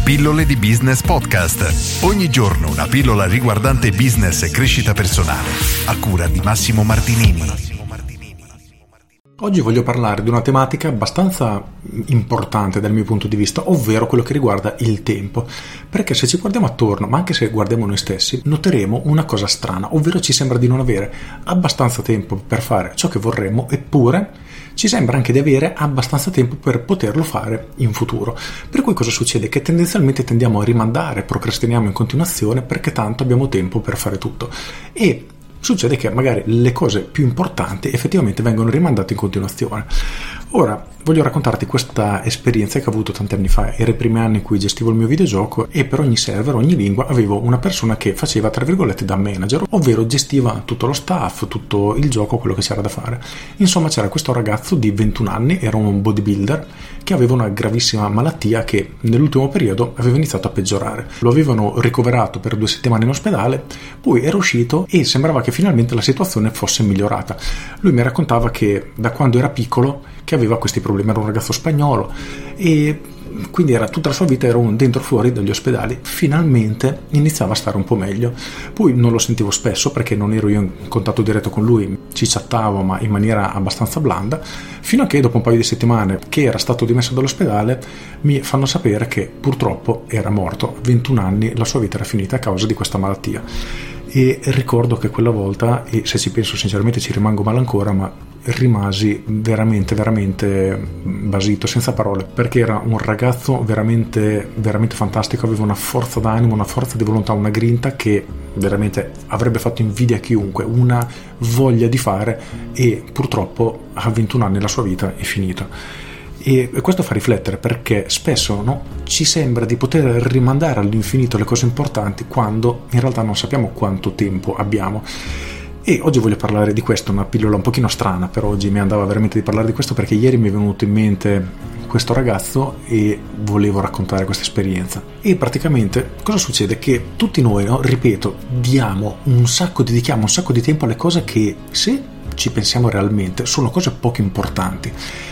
Pillole di Business Podcast. Ogni giorno una pillola riguardante business e crescita personale, a cura di Massimo Martinini. Oggi voglio parlare di una tematica abbastanza importante dal mio punto di vista, ovvero quello che riguarda il tempo. Perché se ci guardiamo attorno, ma anche se guardiamo noi stessi, noteremo una cosa strana, ovvero ci sembra di non avere abbastanza tempo per fare ciò che vorremmo, eppure ci sembra anche di avere abbastanza tempo per poterlo fare in futuro. Per cui cosa succede? Che tendenzialmente tendiamo a rimandare, procrastiniamo in continuazione perché tanto abbiamo tempo per fare tutto. E succede che magari le cose più importanti effettivamente vengono rimandate in continuazione. Ora, voglio raccontarti questa esperienza che ho avuto tanti anni fa. Era i primi anni in cui gestivo il mio videogioco e per ogni server, ogni lingua, avevo una persona che faceva, tra virgolette, da manager, ovvero gestiva tutto lo staff, tutto il gioco, quello che c'era da fare. Insomma, c'era questo ragazzo di 21 anni, era un bodybuilder, che aveva una gravissima malattia che nell'ultimo periodo aveva iniziato a peggiorare. Lo avevano ricoverato per 2 settimane in ospedale, poi era uscito e sembrava che finalmente la situazione fosse migliorata. Lui mi raccontava che da quando era piccolo che aveva questi problemi, era un ragazzo spagnolo e quindi era tutta la sua vita era un dentro fuori dagli ospedali. Finalmente iniziava a stare un po' meglio. Poi non lo sentivo spesso perché non ero io in contatto diretto con lui, ci chattavo ma in maniera abbastanza blanda, fino a che dopo un paio di settimane che era stato dimesso dall'ospedale mi fanno sapere che purtroppo era morto. 21 anni, la sua vita era finita a causa di questa malattia. E ricordo che quella volta, e se ci penso sinceramente ci rimango male ancora, ma rimasi veramente basito, senza parole, perché era un ragazzo veramente fantastico, aveva una forza d'animo, una forza di volontà, una grinta che veramente avrebbe fatto invidia a chiunque, una voglia di fare, e purtroppo a 21 anni la sua vita è finita. E questo fa riflettere perché spesso ci sembra di poter rimandare all'infinito le cose importanti quando in realtà non sappiamo quanto tempo abbiamo. E oggi voglio parlare di questo, una pillola un pochino strana, però oggi mi andava veramente di parlare di questo perché ieri mi è venuto in mente questo ragazzo e volevo raccontare questa esperienza. E praticamente cosa succede? Che tutti noi, ripeto, dedichiamo un sacco di tempo alle cose che, se ci pensiamo realmente, sono cose poco importanti,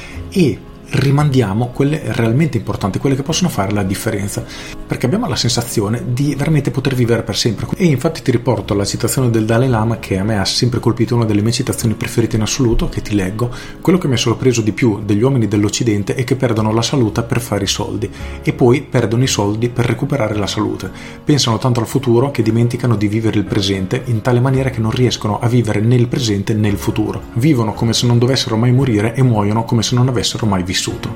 e rimandiamo quelle realmente importanti, quelle che possono fare la differenza, perché abbiamo la sensazione di veramente poter vivere per sempre. E infatti ti riporto la citazione del Dalai Lama, che a me ha sempre colpito, una delle mie citazioni preferite in assoluto, che ti leggo. Quello che mi ha sorpreso di più degli uomini dell'Occidente è che perdono la salute per fare i soldi e poi perdono i soldi per recuperare la salute. Pensano tanto al futuro che dimenticano di vivere il presente, in tale maniera che non riescono a vivere né il presente né il futuro. Vivono come se non dovessero mai morire e muoiono come se non avessero mai vissuto.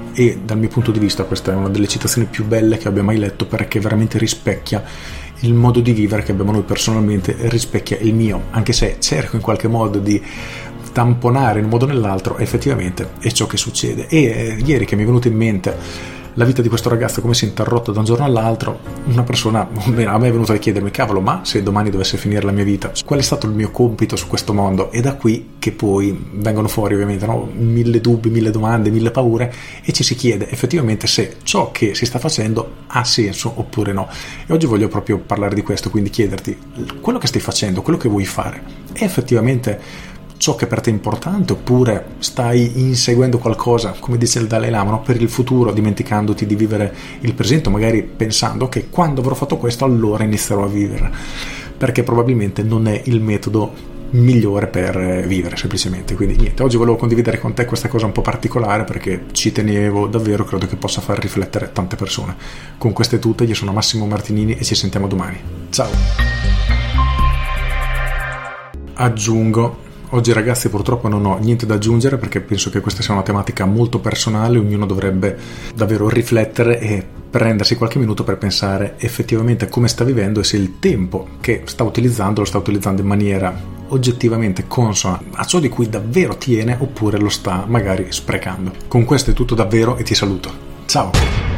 E dal mio punto di vista questa è una delle citazioni più belle che abbia mai letto, perché veramente rispecchia il modo di vivere che abbiamo noi personalmente, rispecchia il mio, anche se cerco in qualche modo di tamponare in un modo o nell'altro, effettivamente è ciò che succede. E ieri che mi è venuto in mente la vita di questo ragazzo, come si è interrotta da un giorno all'altro, una persona a me è venuta a chiedermi: cavolo, ma se domani dovesse finire la mia vita, qual è stato il mio compito su questo mondo? E da qui che poi vengono fuori ovviamente 1000 dubbi, 1000 domande, 1000 paure, e ci si chiede effettivamente se ciò che si sta facendo ha senso oppure no. E oggi voglio proprio parlare di questo, quindi chiederti: quello che stai facendo, quello che vuoi fare, è effettivamente ciò che per te è importante, oppure stai inseguendo qualcosa, come dice il Dalai Lama, per il futuro, dimenticandoti di vivere il presente, magari pensando che quando avrò fatto questo allora inizierò a vivere, perché probabilmente non è il metodo migliore per vivere, semplicemente. Quindi niente, oggi volevo condividere con te questa cosa un po' particolare perché ci tenevo davvero, credo che possa far riflettere tante persone. Con queste tutte, io sono Massimo Martinini e ci sentiamo domani. Ciao. Aggiungo: oggi ragazzi purtroppo non ho niente da aggiungere, perché penso che questa sia una tematica molto personale, ognuno dovrebbe davvero riflettere e prendersi qualche minuto per pensare effettivamente come sta vivendo e se il tempo che sta utilizzando lo sta utilizzando in maniera oggettivamente consona a ciò di cui davvero tiene, oppure lo sta magari sprecando. Con questo è tutto davvero e ti saluto. Ciao!